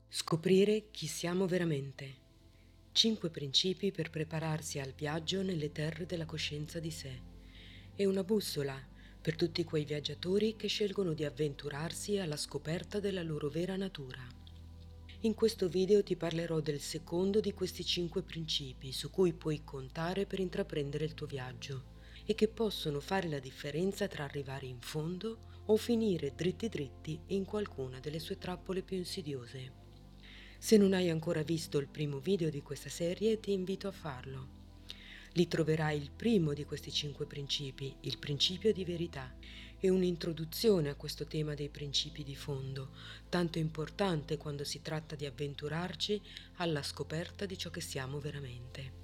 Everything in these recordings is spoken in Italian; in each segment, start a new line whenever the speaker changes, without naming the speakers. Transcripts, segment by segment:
Scoprire chi siamo veramente. 5 principi per prepararsi al viaggio nelle terre della coscienza di sé. È una bussola per tutti quei viaggiatori che scelgono di avventurarsi alla scoperta della loro vera natura. In questo video ti parlerò del secondo di questi 5 principi su cui puoi contare per intraprendere il tuo viaggio e che possono fare la differenza tra arrivare in fondo o finire dritti dritti in qualcuna delle sue trappole più insidiose. Se non hai ancora visto il primo video di questa serie, ti invito a farlo. Lì troverai il primo di questi 5 principi, il principio di verità, e un'introduzione a questo tema dei principi di fondo, tanto importante quando si tratta di avventurarci alla scoperta di ciò che siamo veramente.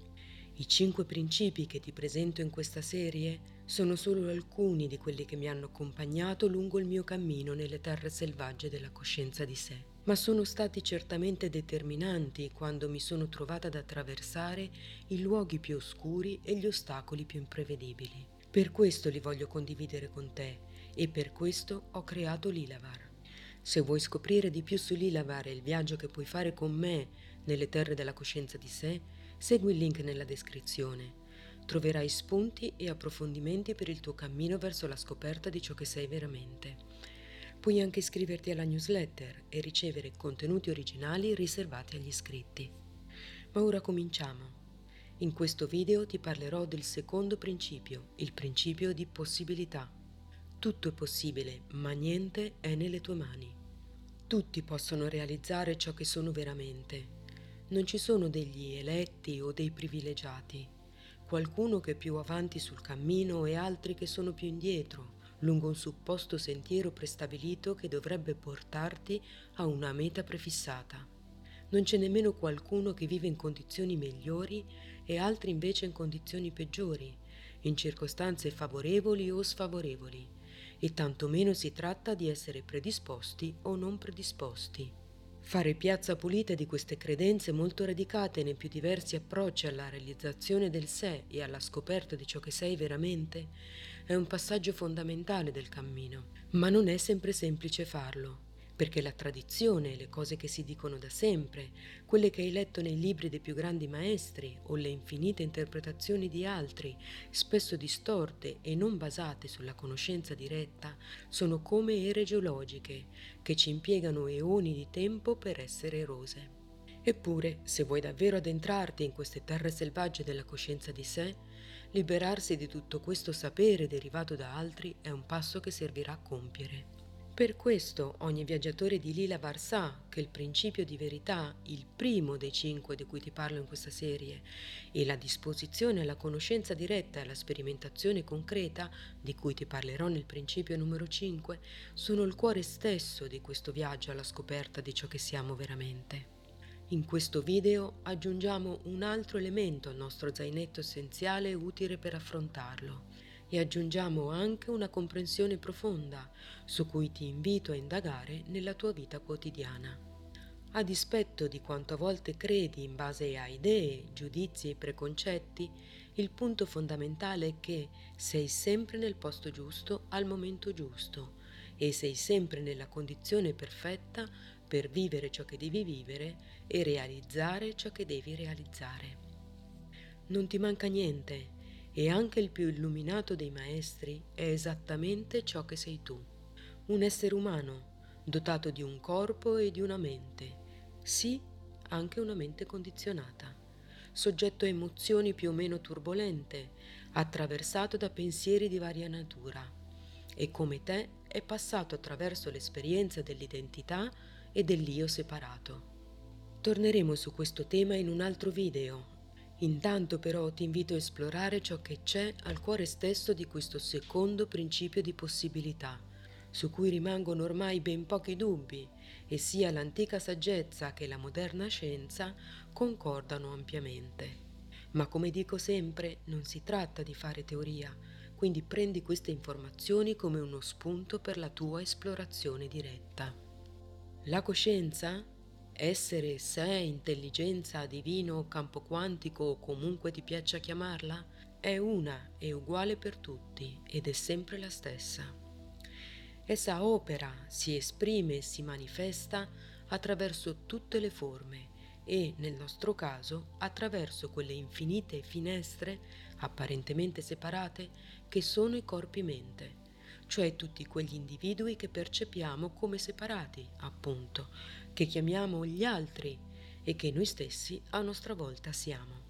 I 5 principi che ti presento in questa serie sono solo alcuni di quelli che mi hanno accompagnato lungo il mio cammino nelle terre selvagge della coscienza di sé, ma sono stati certamente determinanti quando mi sono trovata ad attraversare i luoghi più oscuri e gli ostacoli più imprevedibili. Per questo li voglio condividere con te e per questo ho creato Lilavar. Se vuoi scoprire di più su Lilavar e il viaggio che puoi fare con me nelle terre della coscienza di sé, segui il link nella descrizione. Troverai spunti e approfondimenti per il tuo cammino verso la scoperta di ciò che sei veramente. Puoi anche iscriverti alla newsletter e ricevere contenuti originali riservati agli iscritti. Ma ora cominciamo. In questo video ti parlerò del secondo principio, il principio di possibilità. Tutto è possibile, ma niente è nelle tue mani. Tutti possono realizzare ciò che sono veramente. Non ci sono degli eletti o dei privilegiati, qualcuno che è più avanti sul cammino e altri che sono più indietro, lungo un supposto sentiero prestabilito che dovrebbe portarti a una meta prefissata. Non c'è nemmeno qualcuno che vive in condizioni migliori e altri invece in condizioni peggiori, in circostanze favorevoli o sfavorevoli, e tantomeno si tratta di essere predisposti o non predisposti. Fare piazza pulita di queste credenze molto radicate nei più diversi approcci alla realizzazione del sé e alla scoperta di ciò che sei veramente è un passaggio fondamentale del cammino, ma non è sempre semplice farlo, perché la tradizione, le cose che si dicono da sempre, quelle che hai letto nei libri dei più grandi maestri o le infinite interpretazioni di altri, spesso distorte e non basate sulla conoscenza diretta, sono come ere geologiche che ci impiegano eoni di tempo per essere erose. Eppure, se vuoi davvero addentrarti in queste terre selvagge della coscienza di sé, liberarsi di tutto questo sapere derivato da altri è un passo che servirà a compiere. Per questo ogni viaggiatore di Lilavar sa che il principio di verità, il primo dei 5 di cui ti parlo in questa serie, e la disposizione alla conoscenza diretta e alla sperimentazione concreta, di cui ti parlerò nel principio numero 5, sono il cuore stesso di questo viaggio alla scoperta di ciò che siamo veramente. In questo video aggiungiamo un altro elemento al nostro zainetto essenziale utile per affrontarlo e aggiungiamo anche una comprensione profonda su cui ti invito a indagare nella tua vita quotidiana. A dispetto di quanto a volte credi in base a idee, giudizi e preconcetti, il punto fondamentale è che sei sempre nel posto giusto al momento giusto e sei sempre nella condizione perfetta per vivere ciò che devi vivere e realizzare ciò che devi realizzare. Non ti manca niente e anche il più illuminato dei maestri è esattamente ciò che sei tu, un essere umano dotato di un corpo e di una mente, sì, anche una mente condizionata, soggetto a emozioni più o meno turbolente, attraversato da pensieri di varia natura, e come te è passato attraverso l'esperienza dell'identità e dell'io separato. Torneremo su questo tema in un altro video. Intanto però ti invito a esplorare ciò che c'è al cuore stesso di questo secondo principio di possibilità, su cui rimangono ormai ben pochi dubbi e sia l'antica saggezza che la moderna scienza concordano ampiamente. Ma come dico sempre, non si tratta di fare teoria, quindi prendi queste informazioni come uno spunto per la tua esplorazione diretta. La coscienza, essere, sé, intelligenza, divino, campo quantico o comunque ti piaccia chiamarla, è una e uguale per tutti ed è sempre la stessa. Essa opera, si esprime e si manifesta attraverso tutte le forme e, nel nostro caso, attraverso quelle infinite finestre, apparentemente separate, che sono i corpi mente, cioè tutti quegli individui che percepiamo come separati, appunto, che chiamiamo gli altri e che noi stessi a nostra volta siamo.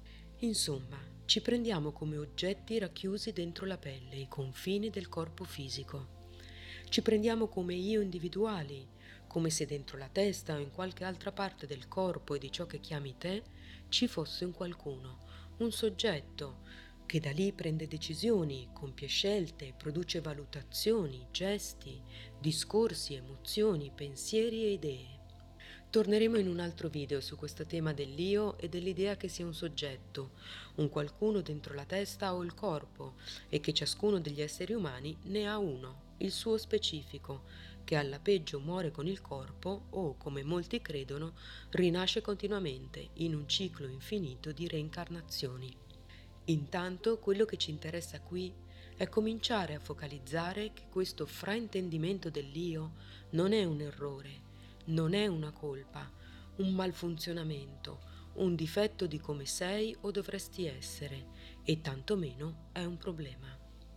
Insomma, ci prendiamo come oggetti racchiusi dentro la pelle, i confini del corpo fisico. Ci prendiamo come io individuali, come se dentro la testa o in qualche altra parte del corpo e di ciò che chiami te ci fosse un qualcuno, un soggetto, che da lì prende decisioni, compie scelte, produce valutazioni, gesti, discorsi, emozioni, pensieri e idee. Torneremo in un altro video su questo tema dell'io e dell'idea che sia un soggetto, un qualcuno dentro la testa o il corpo, e che ciascuno degli esseri umani ne ha uno, il suo specifico, che alla peggio muore con il corpo o, come molti credono, rinasce continuamente in un ciclo infinito di reincarnazioni. Intanto quello che ci interessa qui è cominciare a focalizzare che questo fraintendimento dell'io non è un errore, non è una colpa, un malfunzionamento, un difetto di come sei o dovresti essere, e tantomeno è un problema.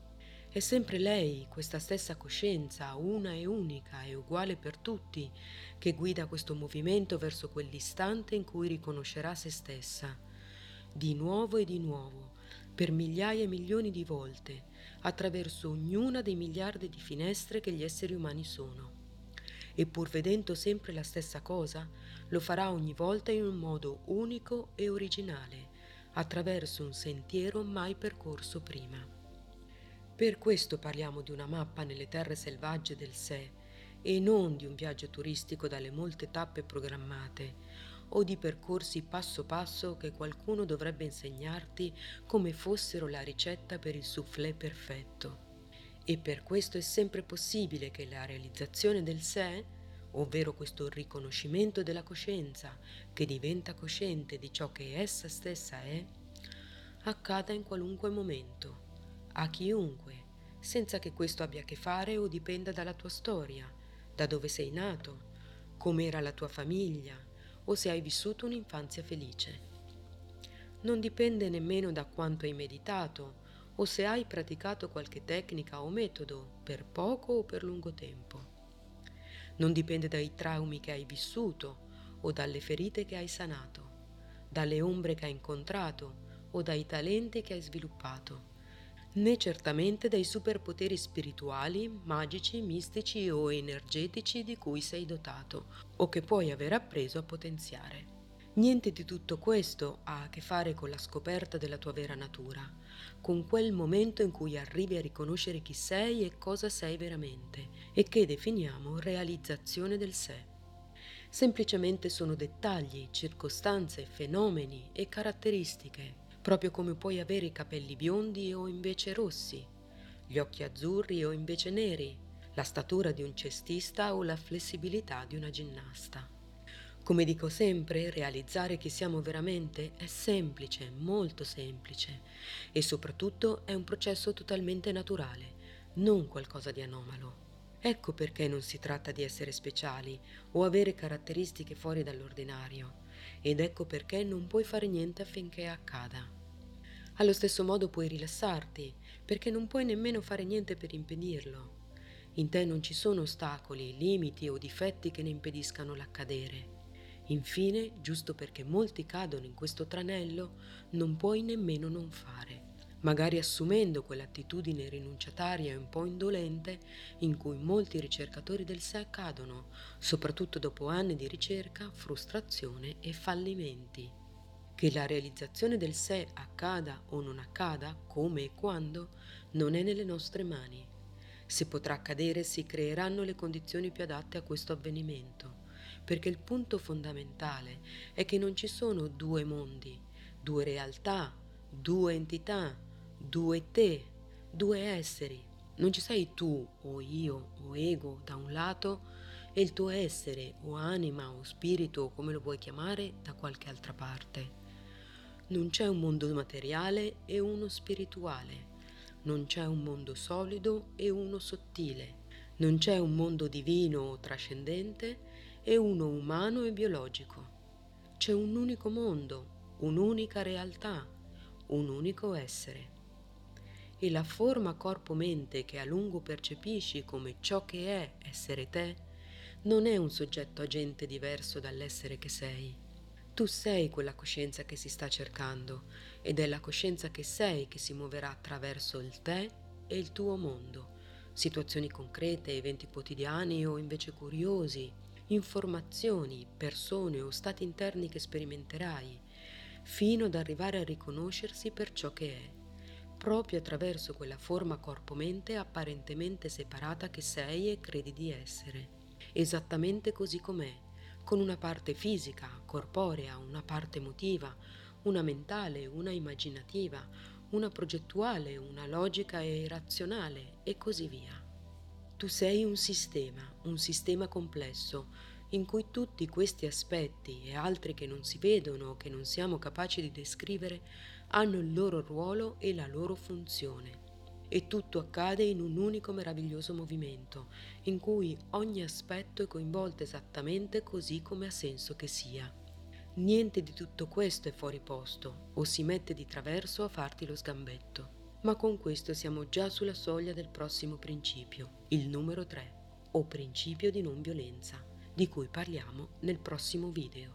È sempre lei, questa stessa coscienza, una e unica e uguale per tutti, che guida questo movimento verso quell'istante in cui riconoscerà se stessa, di nuovo e di nuovo, per migliaia e milioni di volte, attraverso ognuna dei miliardi di finestre che gli esseri umani sono. E pur vedendo sempre la stessa cosa, lo farà ogni volta in un modo unico e originale, attraverso un sentiero mai percorso prima. Per questo parliamo di una mappa nelle terre selvagge del sé e non di un viaggio turistico dalle molte tappe programmate o di percorsi passo passo che qualcuno dovrebbe insegnarti come fossero la ricetta per il soufflé perfetto. E per questo è sempre possibile che la realizzazione del sé, ovvero questo riconoscimento della coscienza che diventa cosciente di ciò che essa stessa è, accada in qualunque momento, a chiunque, senza che questo abbia a che fare o dipenda dalla tua storia, da dove sei nato, com'era la tua famiglia o se hai vissuto un'infanzia felice. Non dipende nemmeno da quanto hai meditato o se hai praticato qualche tecnica o metodo per poco o per lungo tempo. Non dipende dai traumi che hai vissuto o dalle ferite che hai sanato, dalle ombre che hai incontrato o dai talenti che hai sviluppato, né certamente dai superpoteri spirituali, magici, mistici o energetici di cui sei dotato o che puoi aver appreso a potenziare. Niente di tutto questo ha a che fare con la scoperta della tua vera natura, con quel momento in cui arrivi a riconoscere chi sei e cosa sei veramente, e che definiamo realizzazione del sé. Semplicemente sono dettagli, circostanze, fenomeni e caratteristiche, proprio come puoi avere i capelli biondi o invece rossi, gli occhi azzurri o invece neri, la statura di un cestista o la flessibilità di una ginnasta. Come dico sempre, realizzare chi siamo veramente è semplice, molto semplice, e soprattutto è un processo totalmente naturale, non qualcosa di anomalo. Ecco perché non si tratta di essere speciali o avere caratteristiche fuori dall'ordinario, ed ecco perché non puoi fare niente affinché accada. Allo stesso modo puoi rilassarti, perché non puoi nemmeno fare niente per impedirlo. In te non ci sono ostacoli, limiti o difetti che ne impediscano l'accadere. Infine, giusto perché molti cadono in questo tranello, non puoi nemmeno non fare, magari assumendo quell'attitudine rinunciataria e un po' indolente in cui molti ricercatori del sé cadono, soprattutto dopo anni di ricerca, frustrazione e fallimenti. Che la realizzazione del sé accada o non accada, come e quando, non è nelle nostre mani. Se potrà accadere, si creeranno le condizioni più adatte a questo avvenimento, perché il punto fondamentale è che non ci sono due mondi, due realtà, due entità, due te, due esseri. Non ci sei tu o io o ego da un lato e il tuo essere o anima o spirito o come lo vuoi chiamare da qualche altra parte. Non c'è un mondo materiale e uno spirituale. Non c'è un mondo solido e uno sottile. Non c'è un mondo divino o trascendente e uno umano e biologico. C'è un unico mondo, un'unica realtà, un unico essere. E la forma corpo-mente che a lungo percepisci come ciò che è essere te, non è un soggetto agente diverso dall'essere che sei. Tu sei quella coscienza che si sta cercando ed è la coscienza che sei che si muoverà attraverso il te e il tuo mondo, situazioni concrete, eventi quotidiani o invece curiosi, informazioni, persone o stati interni che sperimenterai, fino ad arrivare a riconoscersi per ciò che è, proprio attraverso quella forma corpo-mente apparentemente separata che sei e credi di essere, esattamente così com'è, con una parte fisica, corporea, una parte emotiva, una mentale, una immaginativa, una progettuale, una logica e razionale e così via. Tu sei un sistema complesso, in cui tutti questi aspetti e altri che non si vedono o che non siamo capaci di descrivere hanno il loro ruolo e la loro funzione. E tutto accade in un unico meraviglioso movimento, in cui ogni aspetto è coinvolto esattamente così come ha senso che sia. Niente di tutto questo è fuori posto o si mette di traverso a farti lo sgambetto. Ma con questo siamo già sulla soglia del prossimo principio, il numero 3, o principio di non violenza, di cui parliamo nel prossimo video.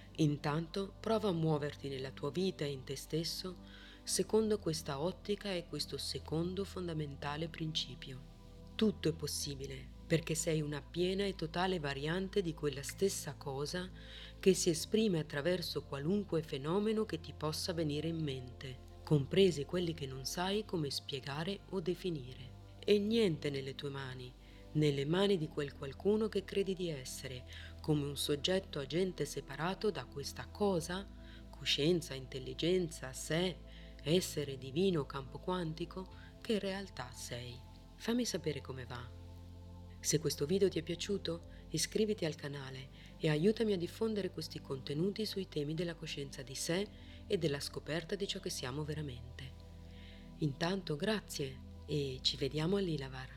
Intanto prova a muoverti nella tua vita e in te stesso secondo questa ottica e questo secondo fondamentale principio. Tutto è possibile perché sei una piena e totale variante di quella stessa cosa che si esprime attraverso qualunque fenomeno che ti possa venire in mente, compresi quelli che non sai come spiegare o definire. E niente nelle tue mani, nelle mani di quel qualcuno che credi di essere, come un soggetto agente separato da questa cosa, coscienza, intelligenza, sé, essere divino, campo quantico, che in realtà sei. Fammi sapere come va. Se questo video ti è piaciuto, iscriviti al canale e aiutami a diffondere questi contenuti sui temi della coscienza di sé e della scoperta di ciò che siamo veramente. Intanto grazie e ci vediamo all'Ilavar.